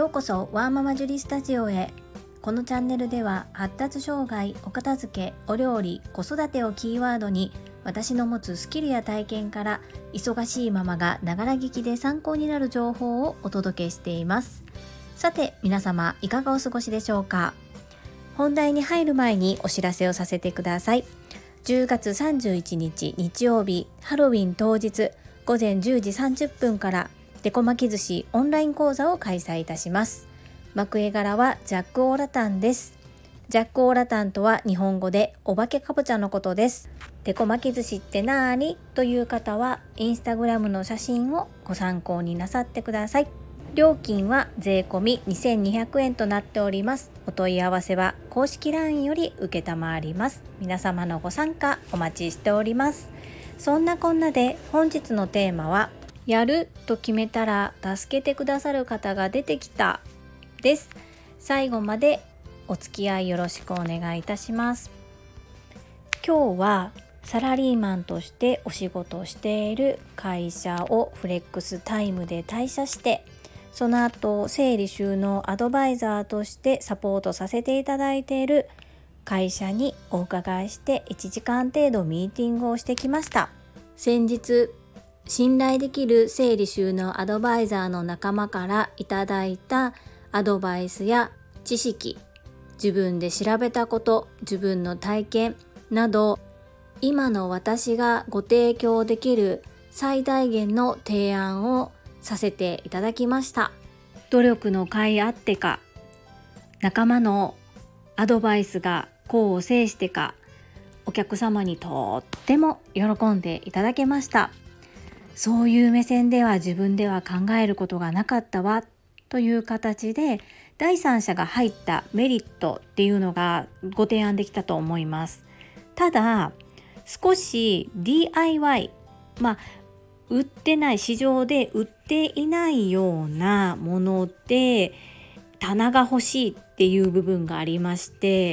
ようこそワーママジュリスタジオへ。このチャンネルでは発達障害、お片付け、お料理、子育てをキーワードに私の持つスキルや体験から忙しいママがながら聞きで参考になる情報をお届けしています。さて皆様いかがお過ごしでしょうか。本題に入る前にお知らせをさせてください。10月31日日曜日、ハロウィン当日午前10時30分からデコ巻き寿司オンライン講座を開催いたします。幕絵柄はジャックオーラタンです。ジャックオーラタンとは日本語でお化けかぼちゃのことです。デコ巻き寿司ってなーにという方はインスタグラムの写真をご参考になさってください。料金は税込み2200円となっております。お問い合わせは公式 LINE より受けたまわります。皆様のご参加お待ちしております。そんなこんなで本日のテーマはやると決めたら助けてくださる方が出てきたです。最後までお付き合いよろしくお願いいたします。今日はサラリーマンとしてお仕事をしている会社をフレックスタイムで退社して、その後整理収納アドバイザーとしてサポートさせていただいている会社にお伺いして1時間程度ミーティングをしてきました。先日信頼できる整理収納アドバイザーの仲間からいただいたアドバイスや知識、自分で調べたこと、自分の体験など、今の私がご提供できる最大限の提案をさせていただきました。努力の甲斐あってか、仲間のアドバイスが功を制してか、お客様にとっても喜んでいただけました。そういう目線では自分では考えることがなかったわという形で第三者が入ったメリットっていうのがご提案できたと思います。ただ少し DIY、売ってない市場で売っていないようなもので棚が欲しいっていう部分がありまして、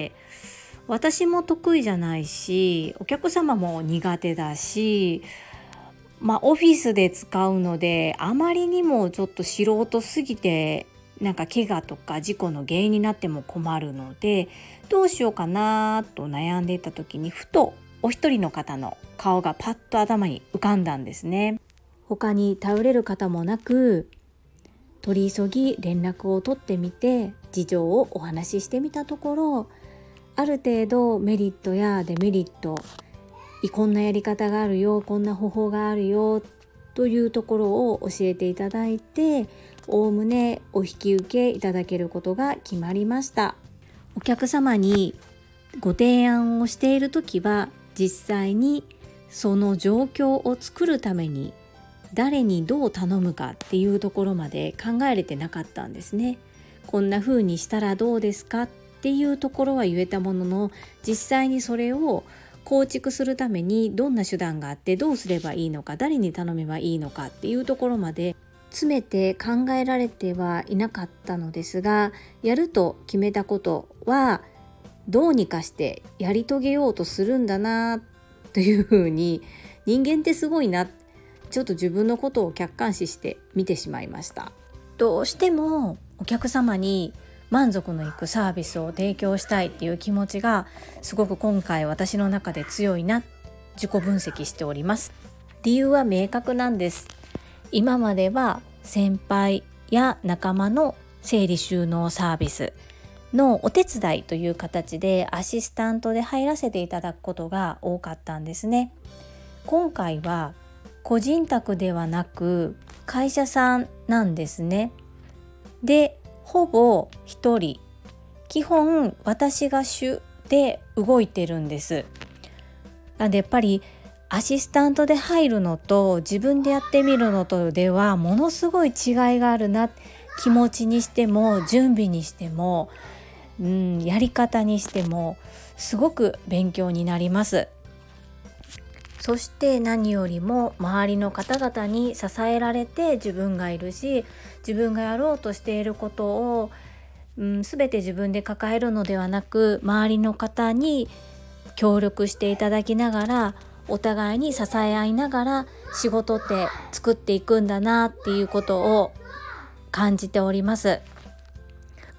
私も得意じゃないしお客様も苦手だし、オフィスで使うのであまりにもちょっと素人すぎて怪我とか事故の原因になっても困るので、どうしようかなと悩んでいた時にふとお一人の方の顔がパッと頭に浮かんだんですね。他に頼れる方もなく、取り急ぎ連絡を取ってみて事情をお話ししてみたところ、ある程度メリットやデメリット、こんなやり方があるよ、こんな方法があるよというところを教えていただいて、おおむねお引き受けいただけることが決まりました。お客様にご提案をしているときは、実際にその状況を作るために誰にどう頼むかっていうところまで考えれてなかったんですね。こんな風にしたらどうですかっていうところは言えたものの、実際にそれを構築するためにどんな手段があってどうすればいいのか、誰に頼めばいいのかっていうところまで詰めて考えられてはいなかったのですが、やると決めたことはどうにかしてやり遂げようとするんだなというふうに、人間ってすごいな、ちょっと自分のことを客観視して見てしまいました。どうしてもお客様に満足のいくサービスを提供したいっていう気持ちがすごく今回私の中で強いな、自己分析しております。理由は明確なんです。今までは先輩や仲間の整理収納サービスのお手伝いという形でアシスタントで入らせていただくことが多かったんですね。今回は個人宅ではなく会社さんなんですね。でほぼ一人、基本私が主で動いてるんです。なんでやっぱりアシスタントで入るのと自分でやってみるのとではものすごい違いがあるな。気持ちにしても準備にしても、やり方にしてもすごく勉強になります。そして何よりも周りの方々に支えられて自分がいるし、自分がやろうとしていることを、全て自分で抱えるのではなく、周りの方に協力していただきながら、お互いに支え合いながら仕事って作っていくんだなっていうことを感じております。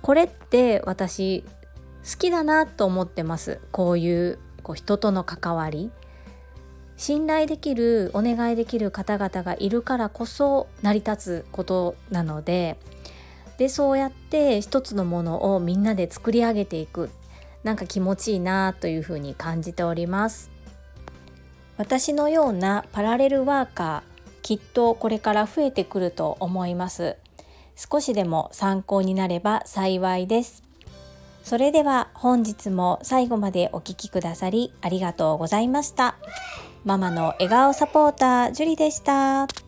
これって私好きだなと思ってます。こういう人との関わり、信頼できる、お願いできる方々がいるからこそ成り立つことなので、そうやって一つのものをみんなで作り上げていく、なんか気持ちいいなというふうに感じております。私のようなパラレルワーカー、きっとこれから増えてくると思います。少しでも参考になれば幸いです。それでは本日も最後までお聞きくださりありがとうございました。ママの笑顔サポータージュリでした。